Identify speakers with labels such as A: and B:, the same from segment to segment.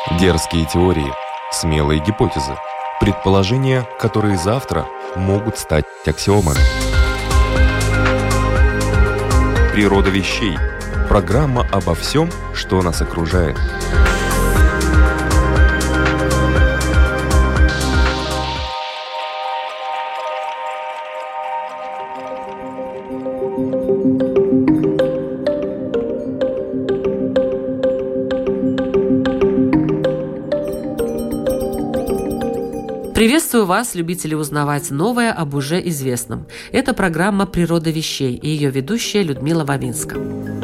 A: Дерзкие теории, смелые гипотезы, предположения, которые завтра могут стать аксиомами. Природа вещей. Программа обо всем, что нас окружает.
B: Приветствую вас, любители узнавать новое об уже известном. Это программа «Природа вещей» и ее ведущая Людмила Вавинска.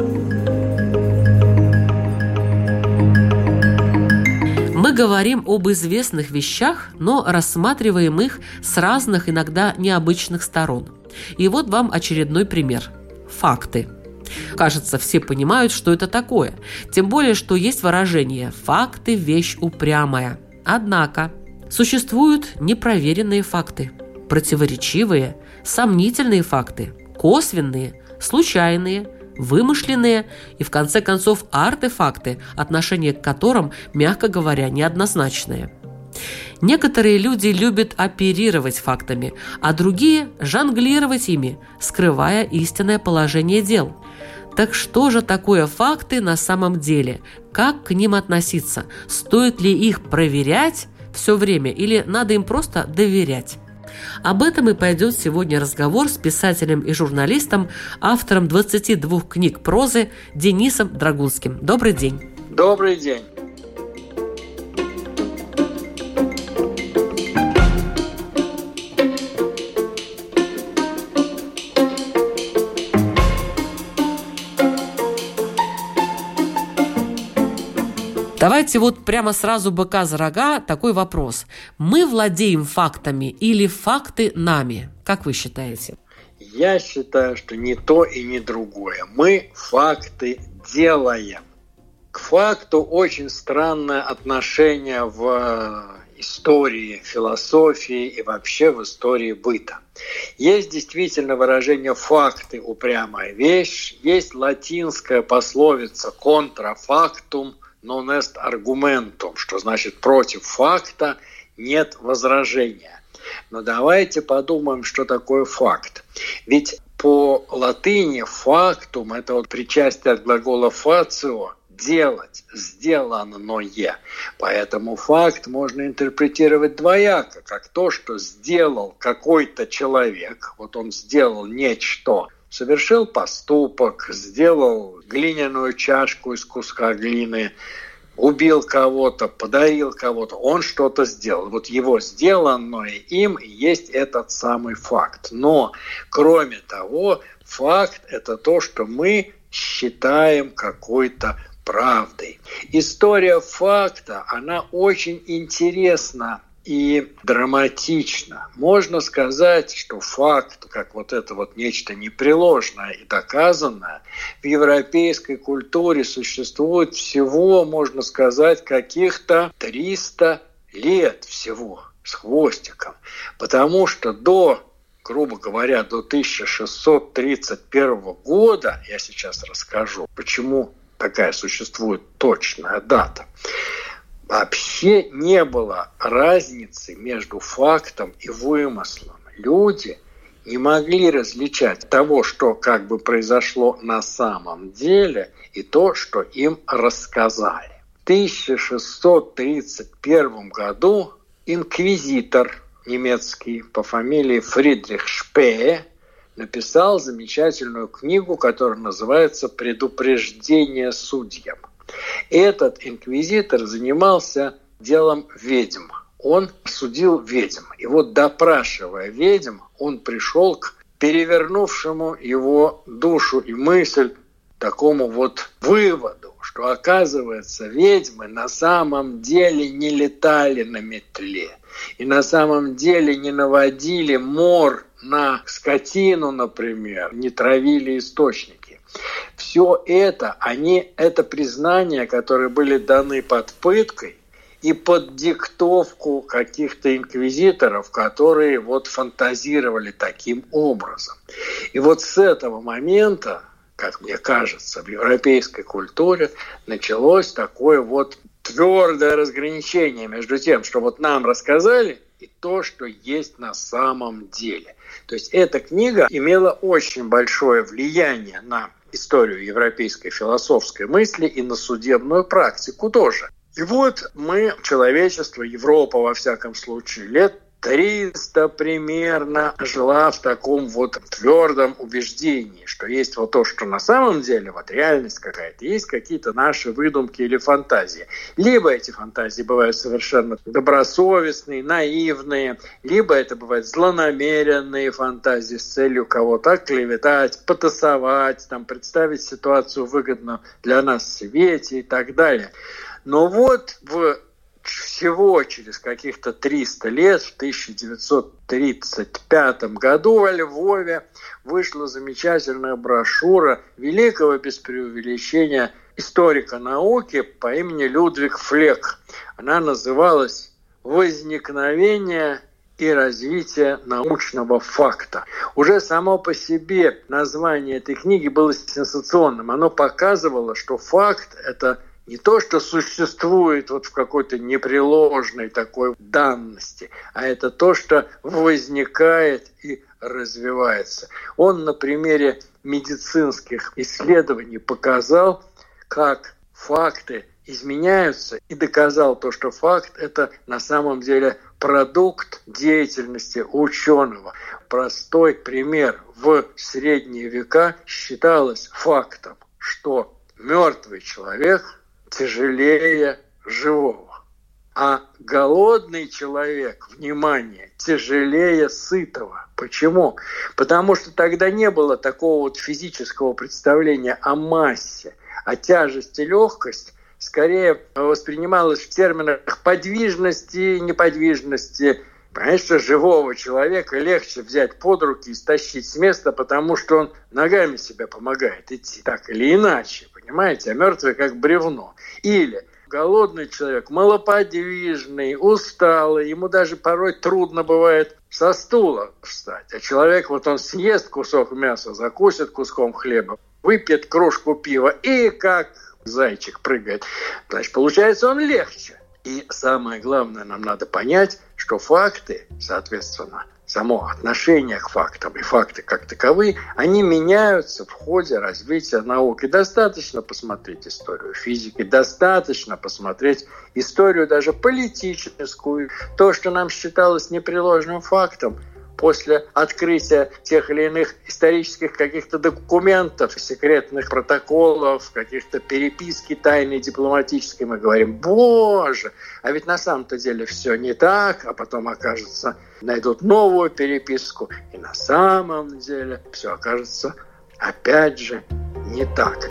B: Мы говорим об известных вещах, но рассматриваем их с разных, иногда необычных сторон. И вот вам очередной пример. Факты. Кажется, все понимают, что это такое. Тем более, что есть выражение «факты – вещь упрямая». Однако существуют непроверенные факты, противоречивые, сомнительные факты, косвенные, случайные, вымышленные и, в конце концов, артефакты, отношение к которым, мягко говоря, неоднозначное. Некоторые люди любят оперировать фактами, а другие – жонглировать ими, скрывая истинное положение дел. Так что же такое факты на самом деле? Как к ним относиться? Стоит ли их проверять все время или надо им просто доверять? Об этом и пойдет сегодня разговор с писателем и журналистом, автором 22 книг прозы Денисом Драгунским. Добрый день.
C: Добрый день.
B: Давайте вот прямо сразу быка за рога такой вопрос. Мы владеем фактами или факты нами? Как вы считаете?
C: Я считаю, что не то и не другое. Мы факты делаем. К факту очень странное отношение в истории, философии и вообще в истории быта. Есть действительно выражение «факты – упрямая вещь», есть латинская пословица «контрафактум non est argumentum», что значит «против факта нет возражения». Но давайте подумаем, что такое факт. Ведь по латыни «фактум» – это вот причастие от глагола «фацио» – «делать», «сделанное». Поэтому факт можно интерпретировать двояко, как то, что сделал какой-то человек, вот он сделал нечто, совершил поступок, сделал глиняную чашку из куска глины, убил кого-то, подарил кого-то, он что-то сделал. Вот его сделанное им есть этот самый факт. Но, кроме того, факт – это то, что мы считаем какой-то правдой. История факта, она очень интересна и драматично. Можно сказать, что факт, как вот это вот нечто непреложное и доказанное, в европейской культуре существует всего, можно сказать, каких-то 300 лет всего с хвостиком. Потому что грубо говоря, до 1631 года, я сейчас расскажу, почему такая существует точная дата, вообще не было разницы между фактом и вымыслом. Люди не могли различать того, что как бы произошло на самом деле, и то, что им рассказали. В 1631 году инквизитор немецкий по фамилии Фридрих Шпее написал замечательную книгу, которая называется «Предупреждение судьям». Этот инквизитор занимался делом ведьм. Он судил ведьм. И вот, допрашивая ведьм, он пришел к перевернувшему его душу и мысль такому вот выводу, что, оказывается, ведьмы на самом деле не летали на метле и на самом деле не наводили мор на скотину, например, не травили источники. Все это, это признания, которые были даны под пыткой и под диктовку каких-то инквизиторов, которые вот фантазировали таким образом. И вот с этого момента, как мне кажется, в европейской культуре началось такое вот твердое разграничение между тем, что вот нам рассказали, и то, что есть на самом деле. То есть эта книга имела очень большое влияние на историю европейской философской мысли и на судебную практику тоже. И вот мы, человечество, Европа во всяком случае, лет 300 примерно жила в таком вот твердом убеждении, что есть вот то, что на самом деле, вот реальность какая-то, есть какие-то наши выдумки или фантазии. Либо эти фантазии бывают совершенно добросовестные, наивные, либо это бывают злонамеренные фантазии с целью кого-то оклеветать, потасовать, там, представить ситуацию выгодную для нас в свете и так далее. Но вот всего через каких-то 300 лет, в 1935 году во Львове вышла замечательная брошюра великого, без преувеличения, историка науки по имени Людвиг Флек. Она называлась «Возникновение и развитие научного факта». Уже само по себе название этой книги было сенсационным. Оно показывало, что факт – это не то, что существует вот в какой-то непреложной такой данности, а это то, что возникает и развивается. Он на примере медицинских исследований показал, как факты изменяются, и доказал то, что факт – это на самом деле продукт деятельности ученого. Простой пример. В средние века считалось фактом, что мертвый человек тяжелее живого, а голодный человек, внимание, тяжелее сытого. Почему? Потому что тогда не было такого вот физического представления о массе, а тяжесть и легкость скорее воспринималась в терминах подвижности и неподвижности. Конечно, живого человека легче взять под руки и стащить с места, потому что он ногами себе помогает идти, так или иначе, понимаете? А мертвый как бревно. Или голодный человек, малоподвижный, усталый, ему даже порой трудно бывает со стула встать. А человек, вот он съест кусок мяса, закусит куском хлеба, выпьет кружку пива и как зайчик прыгает. Значит, получается, он легче. И самое главное, нам надо понять, что факты, соответственно, само отношение к фактам и факты как таковые, они меняются в ходе развития науки. Достаточно посмотреть историю физики, достаточно посмотреть историю даже политическую. То, что нам считалось непреложным фактом, после открытия тех или иных исторических каких-то документов, секретных протоколов, каких-то переписки тайной дипломатической, мы говорим: боже, а ведь на самом-то деле все не так, а потом окажется, найдут новую переписку, и на самом деле все окажется опять же не так.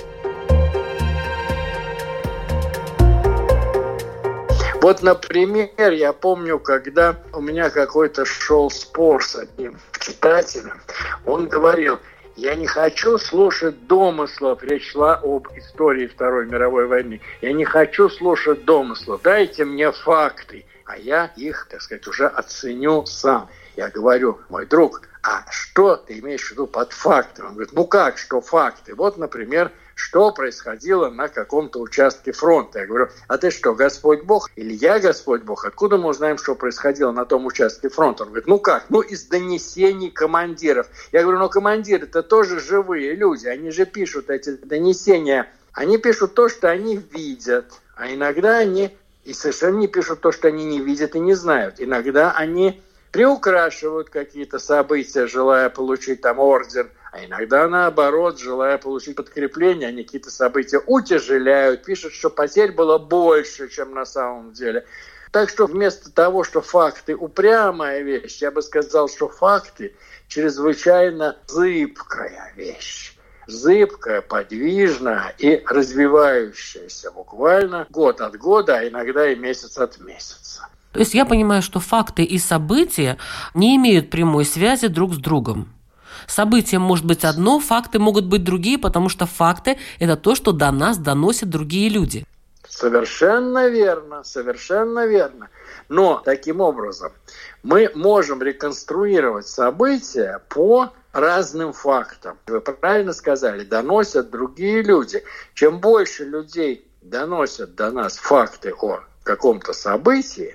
C: Вот, например, я помню, когда у меня какой-то шел спор с одним читателем, он говорил: я не хочу слушать домыслов, речь шла об истории Второй мировой войны, я не хочу слушать домыслов, дайте мне факты, а я их, так сказать, уже оценю сам. Я говорю: мой друг, а что ты имеешь в виду под фактами? Он говорит: ну как, что факты? Вот, например, что происходило на каком-то участке фронта. Я говорю: а ты что, Господь Бог? Или я Господь Бог? Откуда мы узнаем, что происходило на том участке фронта? Он говорит: ну как? Ну из донесений командиров. Я говорю: но командиры-то тоже живые люди. Они же пишут эти донесения. Они пишут то, что они видят. А иногда они и совершенно не пишут то, что они не видят и не знают. Иногда они приукрашивают какие-то события, желая получить там орден, а иногда наоборот, желая получить подкрепление, они какие-то события утяжеляют, пишут, что потерь было больше, чем на самом деле. Так что вместо того, что факты упрямая вещь, я бы сказал, что факты чрезвычайно зыбкая вещь. Зыбкая, подвижная и развивающаяся буквально год от года, а иногда и месяц от месяца.
B: То есть я понимаю, что факты и события не имеют прямой связи друг с другом. Событием может быть одно, факты могут быть другие, потому что факты – это то, что до нас доносят другие люди.
C: Совершенно верно, совершенно верно. Но таким образом мы можем реконструировать события по разным фактам. Вы правильно сказали, доносят другие люди. Чем больше людей доносят до нас факты о каком-то событии,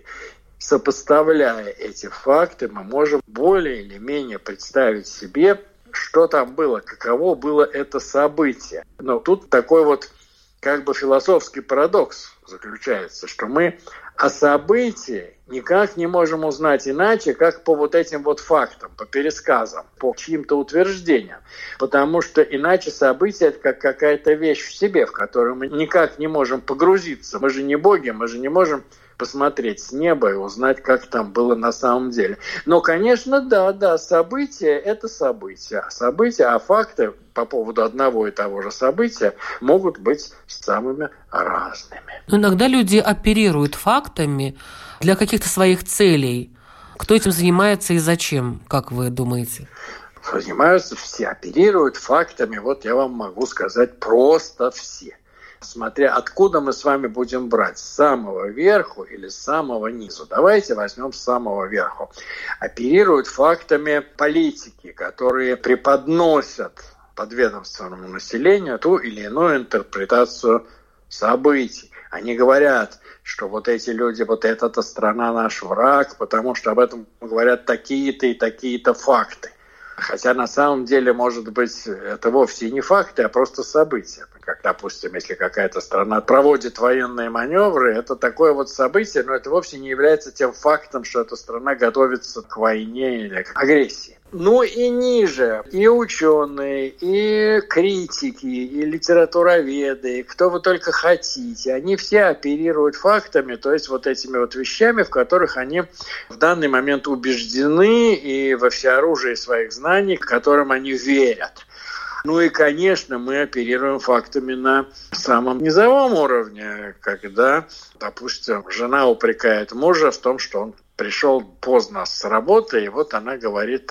C: сопоставляя эти факты, мы можем более или менее представить себе, что там было, каково было это событие. Но тут такой вот как бы философский парадокс заключается, что мы о событии никак не можем узнать иначе, как по вот этим вот фактам, по пересказам, по чьим-то утверждениям. Потому что иначе событие – это как какая-то вещь в себе, в которую мы никак не можем погрузиться. Мы же не боги, мы же не можем посмотреть с неба и узнать, как там было на самом деле. Но, конечно, да, события – это события. А факты по поводу одного и того же события могут быть самыми разными.
B: Но иногда люди оперируют фактами для каких-то своих целей. Кто этим занимается и зачем, как вы думаете?
C: Занимаются все, оперируют фактами. Вот я вам могу сказать, просто все. Смотря откуда мы с вами будем брать, с самого верху или с самого низу. Давайте возьмем с самого верху. Оперируют фактами политики, которые преподносят подведомственному населению ту или иную интерпретацию событий. Они говорят, что вот эти люди, вот эта страна наш враг, потому что об этом говорят такие-то и такие-то факты. Хотя на самом деле, может быть, это вовсе не факты, а просто события. Как, допустим, если какая-то страна проводит военные маневры, это такое вот событие, но это вовсе не является тем фактом, что эта страна готовится к войне или к агрессии. Ну и ниже и ученые, и критики, и литературоведы, и кто вы только хотите, они все оперируют фактами, то есть вот этими вот вещами, в которых они в данный момент убеждены и во всеоружии своих знаний, которым они верят. Ну и, конечно, мы оперируем фактами на самом низовом уровне, когда, допустим, жена упрекает мужа в том, что он пришел поздно с работы, и вот она говорит: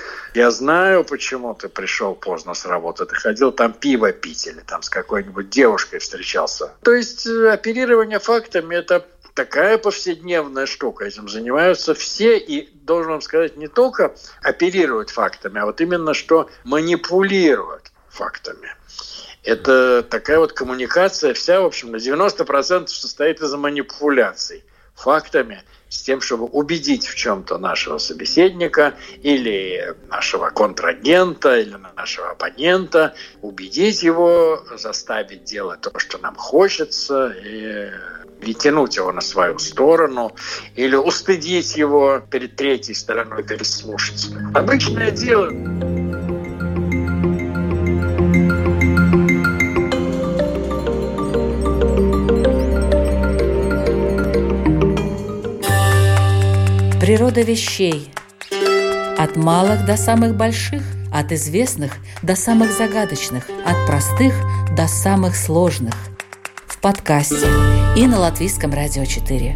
C: я знаю, почему ты пришел поздно с работы. Ты ходил там пиво пить или там с какой-нибудь девушкой встречался. То есть оперирование фактами – это такая повседневная штука. Этим занимаются все, и, должен вам сказать, не только оперируют фактами, а вот именно что манипулируют фактами. Это такая вот коммуникация вся, в общем, на 90% состоит из манипуляций фактами, с тем, чтобы убедить в чем-то нашего собеседника или нашего контрагента или нашего оппонента, убедить его, заставить делать то, что нам хочется, и тянуть его на свою сторону, или устыдить его перед третьей стороной, переслушать. Обычное дело.
D: Природа вещей. От малых до самых больших, от известных до самых загадочных, от простых до самых сложных. В подкасте и на Латвийском радио 4.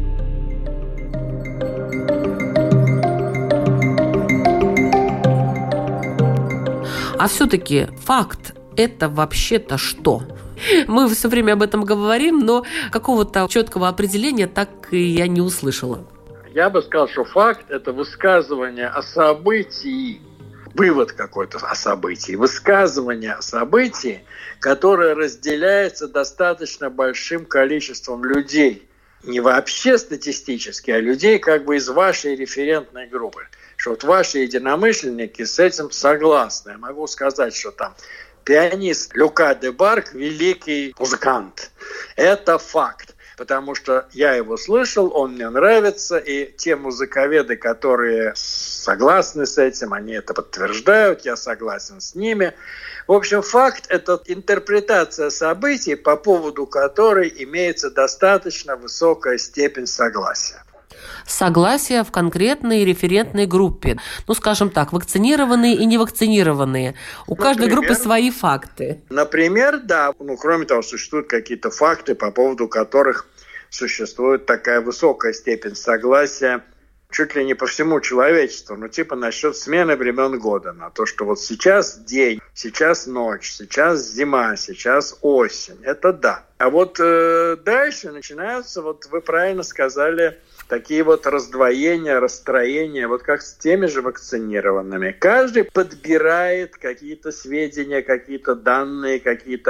B: А все-таки факт – это вообще-то что? Мы все время об этом говорим, но какого-то четкого определения так и я не услышала.
C: Я бы сказал, что факт – это высказывание о событии, вывод какой-то о событии, высказывание о событии, которое разделяется достаточно большим количеством людей. Не вообще статистически, а людей как бы из вашей референтной группы. Что вот ваши единомышленники с этим согласны. Я могу сказать, что там пианист Люка де Барк – великий музыкант. Это факт. Потому что я его слышал, он мне нравится, и те музыковеды, которые согласны с этим, они это подтверждают, я согласен с ними. В общем, факт – это интерпретация событий, по поводу которой имеется достаточно высокая степень согласия.
B: Согласие в конкретной референтной группе. Ну, скажем так, вакцинированные и невакцинированные. У каждой группы свои факты.
C: Например, да. Кроме того, существуют какие-то факты, по поводу которых существует такая высокая степень согласия чуть ли не по всему человечеству. Типа насчет смены времен года. На то, что вот сейчас день, сейчас ночь, сейчас зима, сейчас осень. Это да. А вот дальше начинаются, вот вы правильно сказали, такие вот раздвоения, расстроения, вот как с теми же вакцинированными. Каждый подбирает какие-то сведения, какие-то данные, какие-то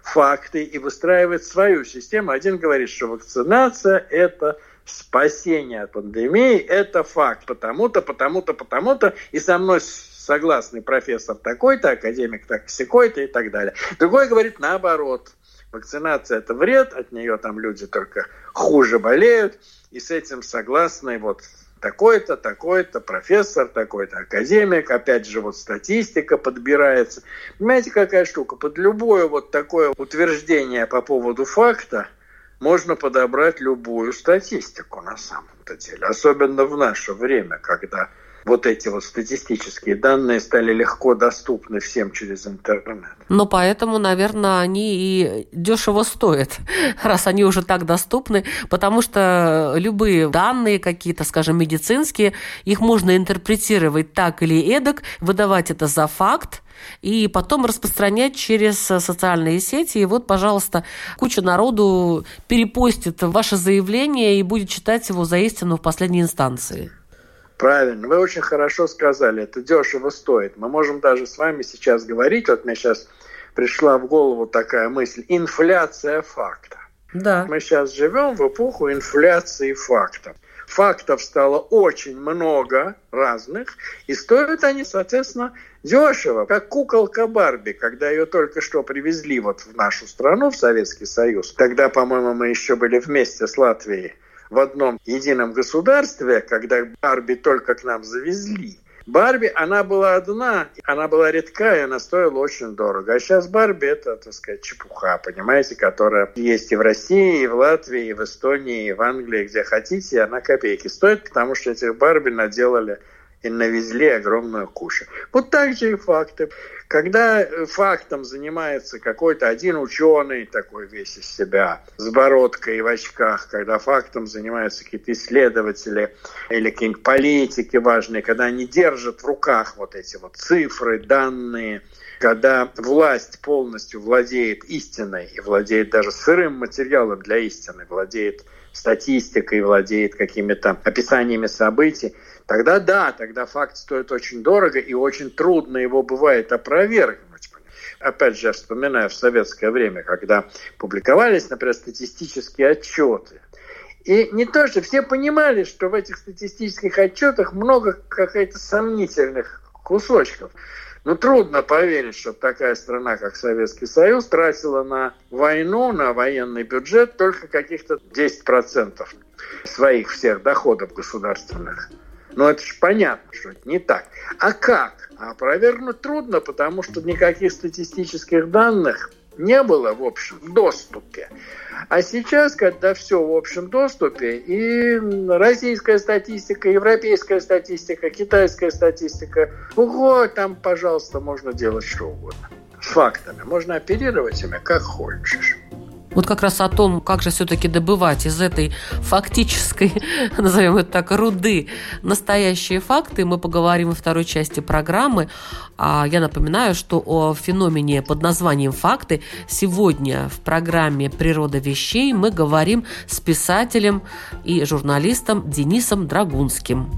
C: факты и выстраивает свою систему. Один говорит, что вакцинация – это спасение от пандемии, это факт. Потому-то, потому-то, потому-то. И со мной согласный профессор такой-то, академик такой-то и так далее. Другой говорит наоборот. Вакцинация – это вред, от нее там люди только хуже болеют. И с этим согласны вот такой-то, такой-то, профессор, такой-то, академик. Опять же, вот статистика подбирается. Понимаете, какая штука? Под любое вот такое утверждение по поводу факта можно подобрать любую статистику на самом-то деле. Особенно в наше время, когда вот эти вот статистические данные стали легко доступны всем через интернет.
B: Но поэтому, наверное, они и дешево стоят, раз они уже так доступны, потому что любые данные какие-то, скажем, медицинские, их можно интерпретировать так или эдак, выдавать это за факт, и потом распространять через социальные сети. И вот, пожалуйста, куча народу перепостит ваше заявление и будет читать его за истину в последней инстанции.
C: Правильно, вы очень хорошо сказали, это дешево стоит. Мы можем даже с вами сейчас говорить, вот мне сейчас пришла в голову такая мысль, инфляция факта.
B: Да.
C: Мы сейчас живем в эпоху инфляции фактов. Фактов стало очень много разных, и стоят они, соответственно, дешево. Как куколка Барби, когда ее только что привезли вот в нашу страну, в Советский Союз. Тогда, по-моему, мы еще были вместе с Латвией в одном едином государстве, когда Барби только к нам завезли. Барби, она была одна, она была редкая, она стоила очень дорого. А сейчас Барби – это, так сказать, чепуха, понимаете, которая есть и в России, и в Латвии, и в Эстонии, и в Англии, где хотите, и она копейки стоит, потому что этих Барби наделали и навезли огромную кучу. Вот так же и факты. Когда фактом занимается какой-то один ученый, такой весь из себя, с бородкой и в очках, когда фактом занимаются какие-то исследователи или какие-нибудь политики важные, когда они держат в руках вот эти вот цифры, данные, когда власть полностью владеет истиной и владеет даже сырым материалом для истины, владеет статистикой, владеет какими-то описаниями событий, тогда да, тогда факт стоит очень дорого, и очень трудно его бывает опровергнуть. Опять же, я вспоминаю в советское время, когда публиковались, например, статистические отчеты. И не то, что все понимали, что в этих статистических отчетах много каких-то сомнительных кусочков. Но трудно поверить, что такая страна, как Советский Союз, тратила на войну, на военный бюджет только каких-то 10% своих всех доходов государственных. Но это же понятно, что это не так. А как? А опровергнуть трудно, потому что никаких статистических данных не было в общем доступе. А сейчас, когда все в общем доступе, и российская статистика, европейская статистика, китайская статистика, ого, там, пожалуйста, можно делать что угодно. С фактами. Можно оперировать ими как хочешь.
B: Вот как раз о том, как же все-таки добывать из этой фактической, назовем это так, руды настоящие факты, мы поговорим во второй части программы. А я напоминаю, что о феномене под названием «Факты» сегодня в программе «Природа вещей» мы говорим с писателем и журналистом Денисом Драгунским.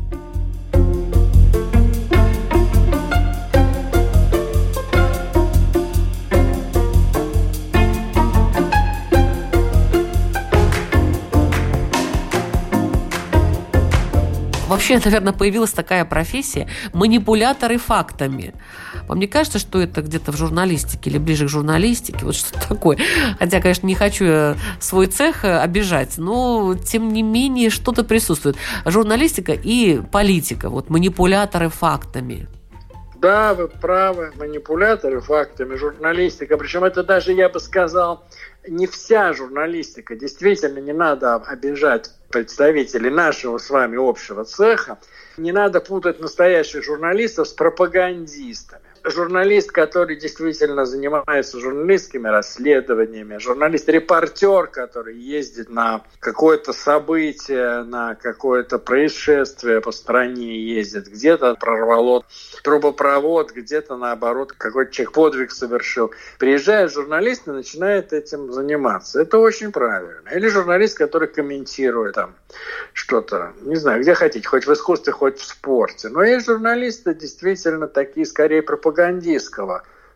B: Вообще, наверное, появилась такая профессия – манипуляторы фактами. Вам не кажется, что это где-то в журналистике или ближе к журналистике? Вот что такое. Хотя, конечно, не хочу свой цех обижать, но, тем не менее, что-то присутствует. Журналистика и политика, вот манипуляторы фактами.
C: Да, вы правы, манипуляторы фактами, журналистика. Причем это даже, я бы сказал, не вся журналистика. Действительно, не надо обижать представителей нашего с вами общего цеха. Не надо путать настоящих журналистов с пропагандистами. Журналист, который действительно занимается журналистскими расследованиями, журналист-репортер, который ездит на какое-то событие, на какое-то происшествие по стране ездит, где-то прорвало трубопровод, где-то, наоборот, какой-то человек подвиг совершил. Приезжает журналист и начинает этим заниматься. Это очень правильно. Или журналист, который комментирует там что-то, не знаю, где хотите, хоть в искусстве, хоть в спорте. Но есть журналисты действительно такие, скорее, пропагандистского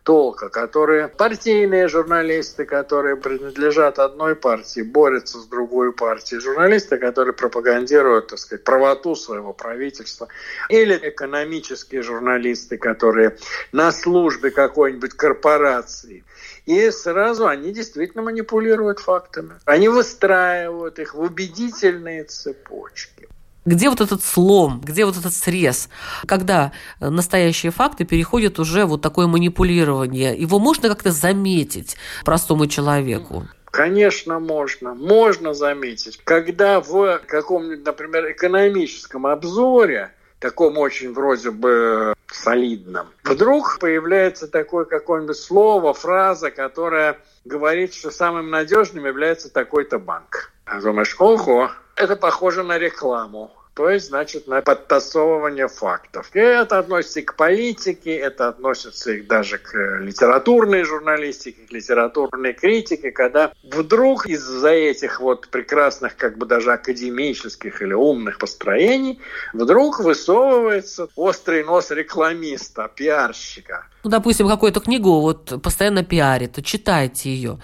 C: толка, которые партийные журналисты, которые принадлежат одной партии, борются с другой партией, журналисты, которые пропагандируют, так сказать, правоту своего правительства, или экономические журналисты, которые на службе какой-нибудь корпорации. И сразу они действительно манипулируют фактами. Они выстраивают их в убедительные цепочки.
B: Где вот этот слом, где вот этот срез, когда настоящие факты переходят уже вот такое манипулирование? Его можно как-то заметить простому человеку?
C: Конечно, можно. Можно заметить. Когда в каком-нибудь, например, экономическом обзоре, таком очень вроде бы солидном, вдруг появляется такое какое-нибудь слово, фраза, которая говорит, что самым надежным является такой-то банк. А думаешь, ого, это похоже на рекламу. То есть, значит, на подтасовывание фактов. И это относится и к политике, это относится и даже к литературной журналистике, к литературной критике, когда вдруг из-за этих вот прекрасных, как бы даже академических или умных построений, вдруг высовывается острый нос рекламиста, пиарщика.
B: Ну, допустим, какую-то книгу вот постоянно пиарит, то читайте ее.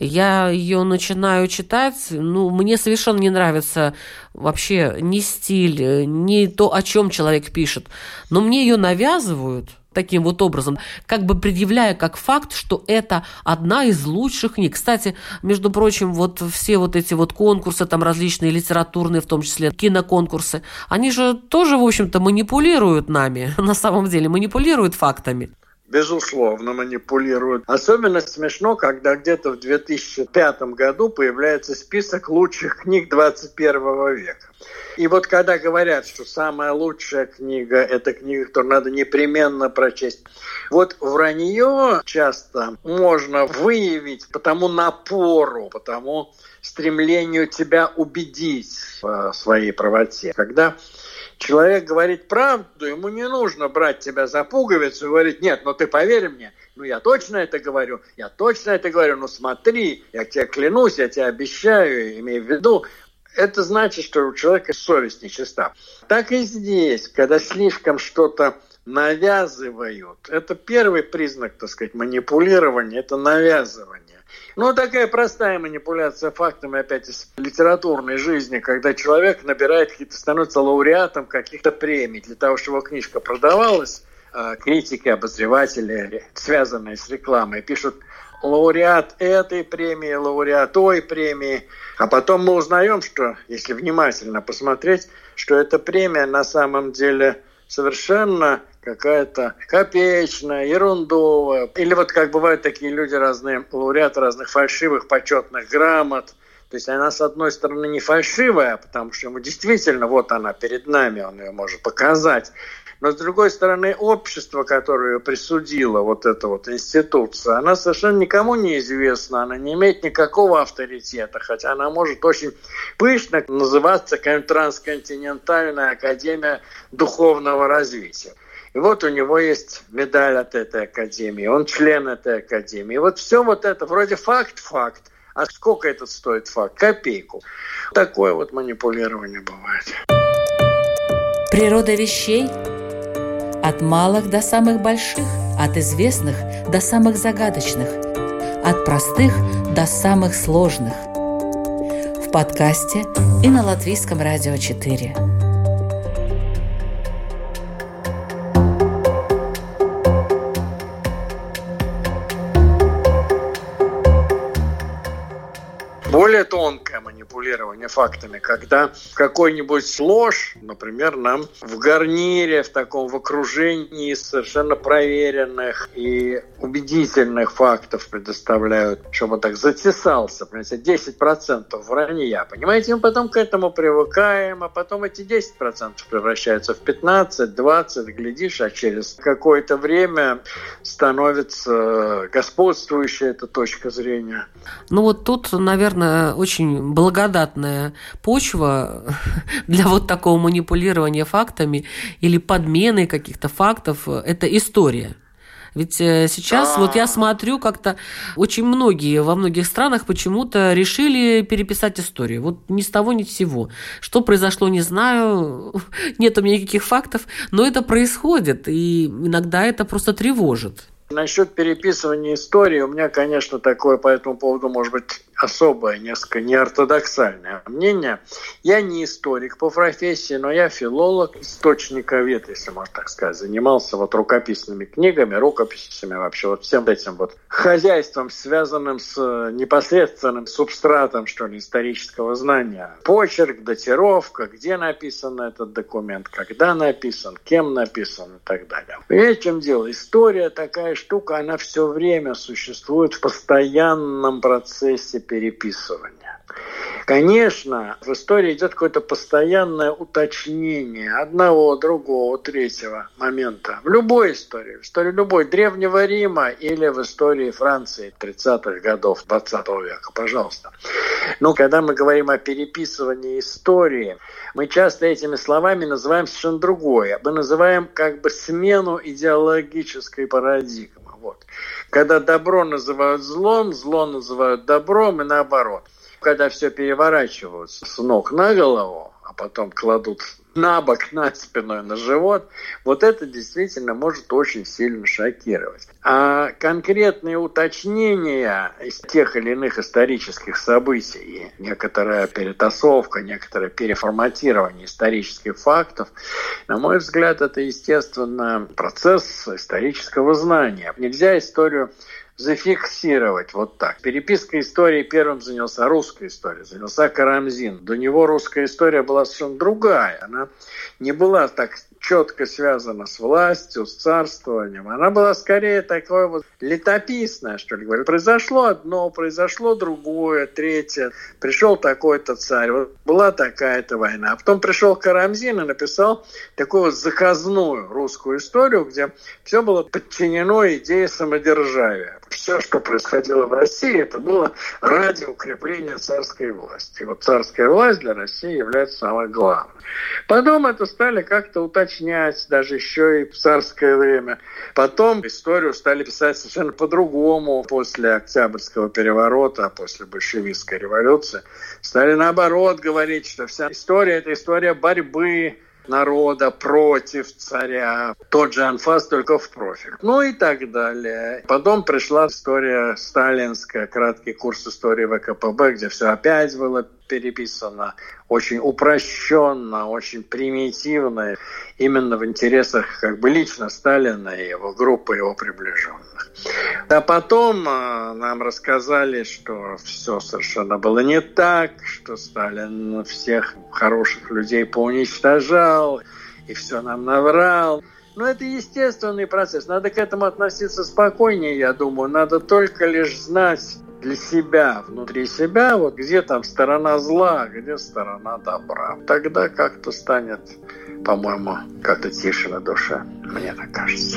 B: Я ее начинаю читать, мне совершенно не нравится вообще ни стиль, ни то, о чем человек пишет. Но мне ее навязывают таким вот образом, как бы предъявляя как факт, что это одна из лучших книг. Кстати, между прочим, вот все вот эти вот конкурсы, там различные литературные, в том числе киноконкурсы, они же тоже, в общем-то, манипулируют нами, на самом деле, манипулируют фактами.
C: Безусловно, манипулируют. Особенно смешно, когда где-то в 2005 году появляется список лучших книг 21 века. И вот когда говорят, что самая лучшая книга – это книга, которую надо непременно прочесть, вот вранье часто можно выявить по тому напору, по тому стремлению тебя убедить в своей правоте. Когда человек говорит правду, ему не нужно брать тебя за пуговицу и говорить: нет, ты поверь мне, я точно это говорю, смотри, я тебе клянусь, я тебе обещаю, имею в виду. Это значит, что у человека совесть нечиста. Так и здесь, когда слишком что-то навязывают, это первый признак, так сказать, манипулирования, это навязывание. Такая простая манипуляция фактами, опять из литературной жизни, когда человек становится лауреатом каких-то премий для того, чтобы его книжка продавалась. Критики, обозреватели, связанные с рекламой, пишут: лауреат этой премии, лауреат той премии. А потом мы узнаем, что, если внимательно посмотреть, что эта премия на самом деле совершенно какая-то копеечная, ерундовая. Или вот как бывают такие люди, разные лауреаты разных фальшивых почетных грамот. То есть она, с одной стороны, не фальшивая, потому что ему действительно, вот она перед нами, он ее может показать. Но, с другой стороны, общество, которое ее присудило, вот эта вот институция, она совершенно никому не известна, она не имеет никакого авторитета, хотя она может очень пышно называться Трансконтинентальная академия духовного развития. И вот у него есть медаль от этой академии, он член этой академии. И вот все вот это, вроде факт. А сколько этот стоит факт? Копейку. Такое вот манипулирование бывает.
D: Природа вещей от малых до самых больших, от известных до самых загадочных, от простых до самых сложных. В подкасте и на Латвийском радио 4.
C: Более тонкое манипулирование фактами, когда какой-нибудь ложь, например, нам в гарнире, в окружении совершенно проверенных и убедительных фактов предоставляют, чтобы так затесался, понимаете, 10% вранья. Понимаете, мы потом к этому привыкаем, а потом эти 10% превращаются в 15, 20, глядишь, а через какое-то время становится господствующей эта точка зрения.
B: Вот тут, наверное, очень благодатная почва для вот такого манипулирования фактами или подмены каких-то фактов – это история. Ведь сейчас вот я смотрю, как-то очень многие во многих странах почему-то решили переписать историю. Вот ни с того, ни с сего. Что произошло, не знаю, нет у меня никаких фактов, но это происходит, и иногда это просто тревожит.
C: Насчет переписывания истории у меня, конечно, такое по этому поводу, может быть, особое, несколько неортодоксальное мнение. Я не историк по профессии, но я филолог, источниковед, если можно так сказать. Занимался вот рукописными книгами, рукописями вообще, вот всем этим вот хозяйством, связанным с непосредственным субстратом, что ли, исторического знания. Почерк, датировка, где написан этот документ, когда написан, кем написан и так далее. Понимаете, в чем дело? История такая штука, она все время существует в постоянном процессе переписывания. Конечно, в истории идет какое-то постоянное уточнение одного, другого, третьего момента. В любой истории, в истории любой, Древнего Рима или в истории Франции 30-х годов 20 века, пожалуйста. Но когда мы говорим о переписывании истории, мы часто этими словами называем совершенно другое. Мы называем как бы смену идеологической парадигмы. Вот. Когда добро называют злом, зло называют добром и наоборот. Когда все переворачивают с ног на голову, а потом кладут на бок, на спину и на живот, вот это действительно может очень сильно шокировать. А конкретные уточнения из тех или иных исторических событий, некоторая перетасовка, некоторое переформатирование исторических фактов, на мой взгляд, это, естественно, процесс исторического знания. Нельзя историю зафиксировать вот так. Перепиской истории первым занялся русская история, занялся Карамзин. До него русская история была совершенно другая. Она не была так четко связана с властью, с царствованием. Она была скорее такой вот летописная, что ли. Говорю, произошло одно, произошло другое, третье. Пришел такой-то царь, вот была такая-то война. А потом пришел Карамзин и написал такую вот заказную русскую историю, где все было подчинено идее самодержавия. Все, что происходило в России, это было ради укрепления царской власти. И вот царская власть для России является самой главной. Потом это стали как-то уточнять, даже еще и в царское время. Потом историю стали писать совершенно по-другому после Октябрьского переворота, после большевистской революции. Стали наоборот говорить, что вся история – это история борьбы народа против царя. Тот же анфас, только в профиль. Ну и так далее. Потом пришла история сталинская, краткий курс истории ВКПБ, где все опять было переписано очень упрощенно, очень примитивно, именно в интересах как бы лично Сталина и его группы, его приближенных. А потом нам рассказали, что все совершенно было не так, что Сталин всех хороших людей поуничтожал и все нам наврал. Но это естественный процесс. Надо к этому относиться спокойнее, я думаю. Надо только лишь знать для себя, внутри себя, вот где там сторона зла, где сторона добра. Тогда как-то станет, по-моему, как-то тише на душе. Мне так кажется.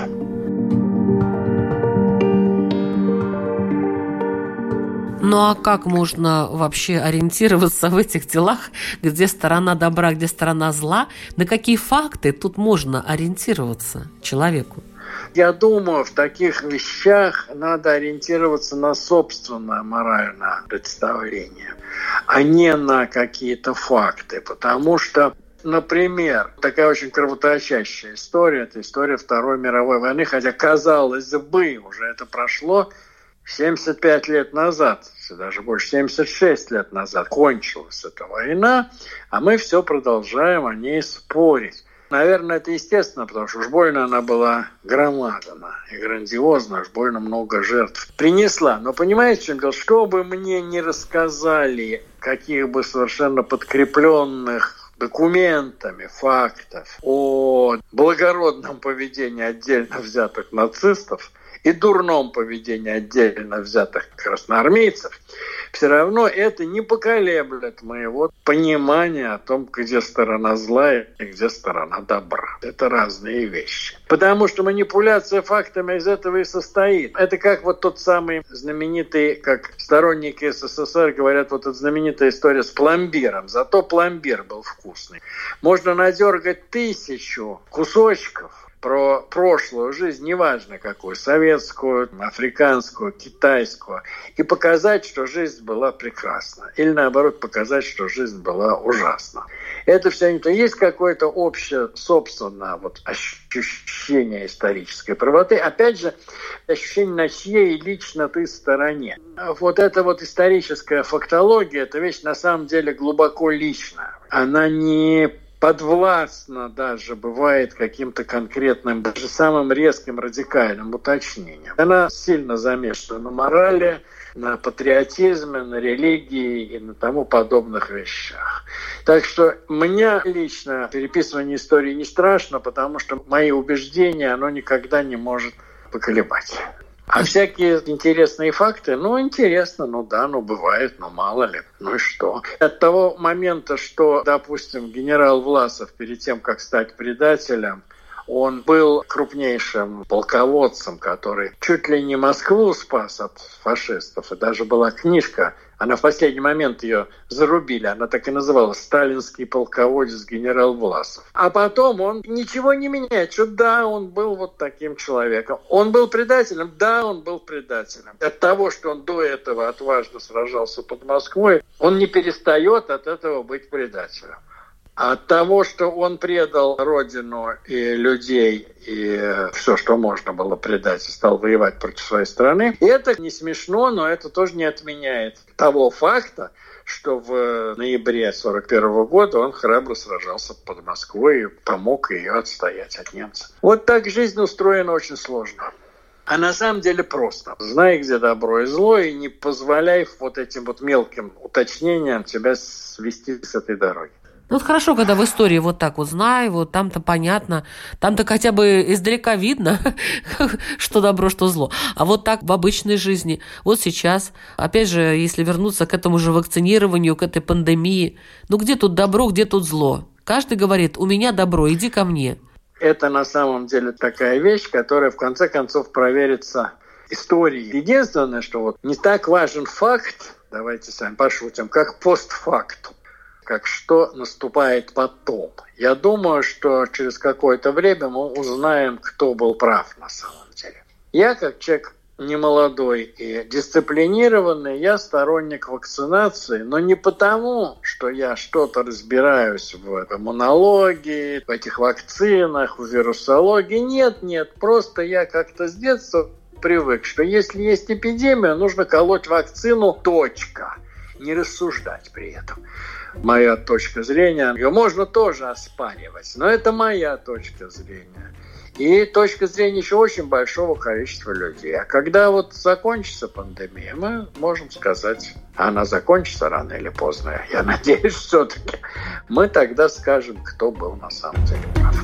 B: Ну а как можно вообще ориентироваться в этих делах, где сторона добра, где сторона зла? На какие факты тут можно ориентироваться человеку?
C: Я думаю, в таких вещах надо ориентироваться на собственное моральное представление, а не на какие-то факты. Потому что, например, такая очень кровоточащая история – это история Второй мировой войны, хотя, казалось бы, уже это прошло 75 лет назад, даже больше 76 лет назад кончилась эта война, а мы все продолжаем о ней спорить. Наверное, это естественно, потому что уж больно она была громадна и грандиозна, уж больно много жертв принесла. Но понимаете, в чем дело? Что бы мне ни рассказали, каких бы совершенно подкрепленных документами, фактов о благородном поведении отдельно взятых нацистов и дурном поведении отдельно взятых красноармейцев, все равно это не поколеблет моего понимания о том, где сторона зла и где сторона добра. Это разные вещи. Потому что манипуляция фактами из этого и состоит. Это как вот тот самый знаменитый, как сторонники СССР говорят, вот эта знаменитая история с пломбиром. Зато пломбир был вкусный. Можно надергать 1000 кусочков про прошлую жизнь, неважно какую, советскую, африканскую, китайскую, и показать, что жизнь была прекрасна. Или наоборот, показать, что жизнь была ужасна. Это все не то. Есть какое-то общее, собственно, ощущение исторической правоты. Опять же, ощущение, на чьей лично ты стороне. Вот эта историческая фактология, это вещь на самом деле глубоко личная. Она не подвластна даже, бывает, каким-то конкретным, даже самым резким, радикальным уточнением. Она сильно замешана на морали, на патриотизме, на религии и на тому подобных вещах. Так что мне лично переписывание истории не страшно, потому что мои убеждения оно никогда не может поколебать. А всякие интересные факты, интересно, бывает, мало ли, и что. От того момента, что, допустим, генерал Власов перед тем, как стать предателем, он был крупнейшим полководцем, который чуть ли не Москву спас от фашистов. И даже была книжка, она в последний момент ее зарубили, она так и называлась «Сталинский полководец генерал Власов». А потом он ничего не меняет, что да, он был таким человеком. Он был предателем? Да, он был предателем. От того, что он до этого отважно сражался под Москвой, он не перестает от этого быть предателем. От того, что он предал родину и людей, и все, что можно было предать, и стал воевать против своей страны. И это не смешно, но это тоже не отменяет того факта, что в ноябре 1941 года он храбро сражался под Москвой и помог ее отстоять от немцев. Вот так жизнь устроена очень сложно. А на самом деле просто. Знай, где добро и зло, и не позволяй этим мелким уточнениям тебя свести с этой дороги.
B: Хорошо, когда в истории так знай, там-то понятно, там-то хотя бы издалека видно, что добро, что зло. А так в обычной жизни, сейчас, опять же, если вернуться к этому же вакцинированию, к этой пандемии, где тут добро, где тут зло? Каждый говорит, у меня добро, иди ко мне.
C: Это на самом деле такая вещь, которая в конце концов проверится историей. Единственное, что не так важен факт, давайте сами пошутим, как постфактум. Как что наступает потом. Я думаю, что через какое-то время мы узнаем, кто был прав на самом деле. Я, как человек немолодой и дисциплинированный, я сторонник вакцинации, но не потому, что я что-то разбираюсь в иммунологии, в этих вакцинах, в вирусологии. Нет, просто я как-то с детства привык, что если есть эпидемия, нужно колоть вакцину, точка. Не рассуждать при этом. Моя точка зрения, ее можно тоже оспаривать, но это моя точка зрения. И точка зрения еще очень большого количества людей. А когда закончится пандемия, мы можем сказать, она закончится рано или поздно, я надеюсь, все-таки, мы тогда скажем, кто был на самом деле прав.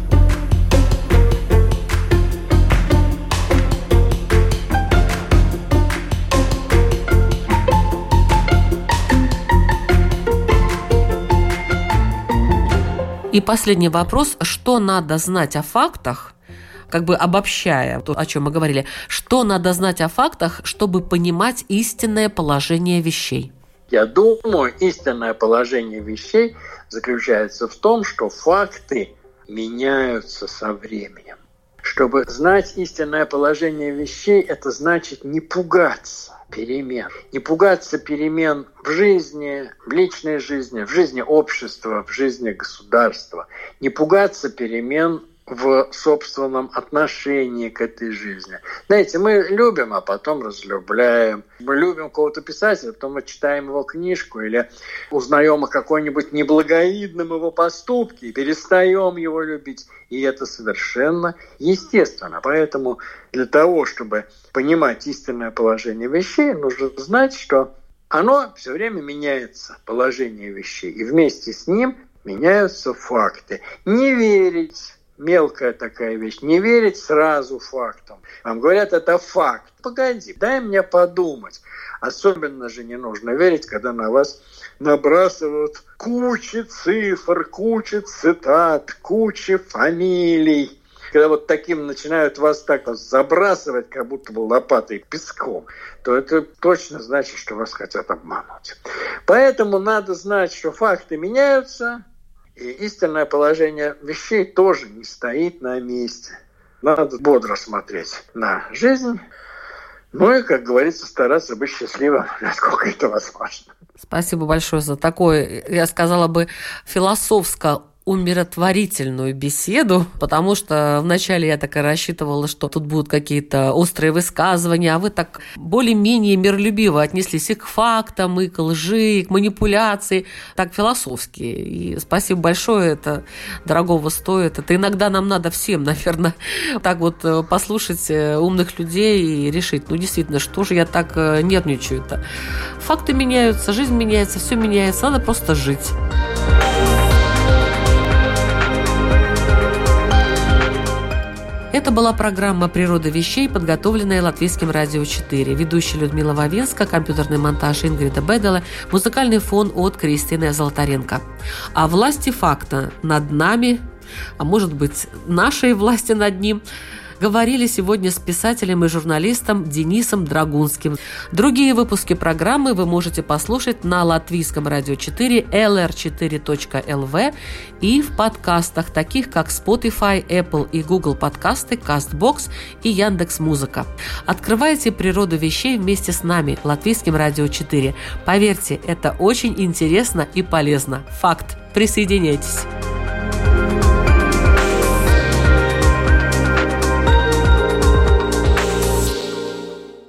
B: И последний вопрос. Что надо знать о фактах, обобщая то, о чем мы говорили, что надо знать о фактах, чтобы понимать истинное положение вещей?
C: Я думаю, истинное положение вещей заключается в том, что факты меняются со временем. Чтобы знать истинное положение вещей, это значит не пугаться перемен. Не пугаться перемен в жизни, в личной жизни, в жизни общества, в жизни государства. Не пугаться перемен в собственном отношении к этой жизни. Знаете, мы любим, а потом разлюбляем. Мы любим кого-то писателя, потом мы читаем его книжку или узнаем о какой-нибудь неблаговидном его поступке и перестаем его любить. И это совершенно естественно. Поэтому для того, чтобы понимать истинное положение вещей, нужно знать, что оно все время меняется, положение вещей. И вместе с ним меняются факты. Не верить. Мелкая такая вещь. Не верить сразу фактам. Вам говорят, это факт. Погоди, дай мне подумать. Особенно же не нужно верить, когда на вас набрасывают кучи цифр, кучи цитат, кучи фамилий. Когда таким начинают вас так забрасывать, как будто бы лопатой песком, то это точно значит, что вас хотят обмануть. Поэтому надо знать, что факты меняются, и истинное положение вещей тоже не стоит на месте. Надо бодро смотреть на жизнь, Ну и, как говорится, стараться быть счастливым, насколько это возможно.
B: Спасибо большое за такое, я сказала бы, философско-умиротворительную беседу, потому что вначале я так и рассчитывала, что тут будут какие-то острые высказывания, а вы так более-менее миролюбиво отнеслись и к фактам, и к лжи, и к манипуляции, так философски. И спасибо большое, это дорогого стоит. Это иногда нам надо всем, наверное, так вот послушать умных людей и решить, ну действительно, что же я так нервничаю-то? Факты меняются, жизнь меняется, все меняется, надо просто жить. Это была программа «Природа вещей», подготовленная Латвийским радио 4. Ведущая Людмила Вавинска, компьютерный монтаж Ингрида Бедела, музыкальный фон от Кристины Золотаренко. О власти факта над нами, а может быть, нашей власти над ним, говорили сегодня с писателем и журналистом Денисом Драгунским. Другие выпуски программы вы можете послушать на Латвийском радио 4, lr4.lv и в подкастах, таких как Spotify, Apple и Google подкасты, CastBox и Яндекс.Музыка. Открывайте природу вещей вместе с нами, Латвийским радио 4. Поверьте, это очень интересно и полезно. Факт. Присоединяйтесь.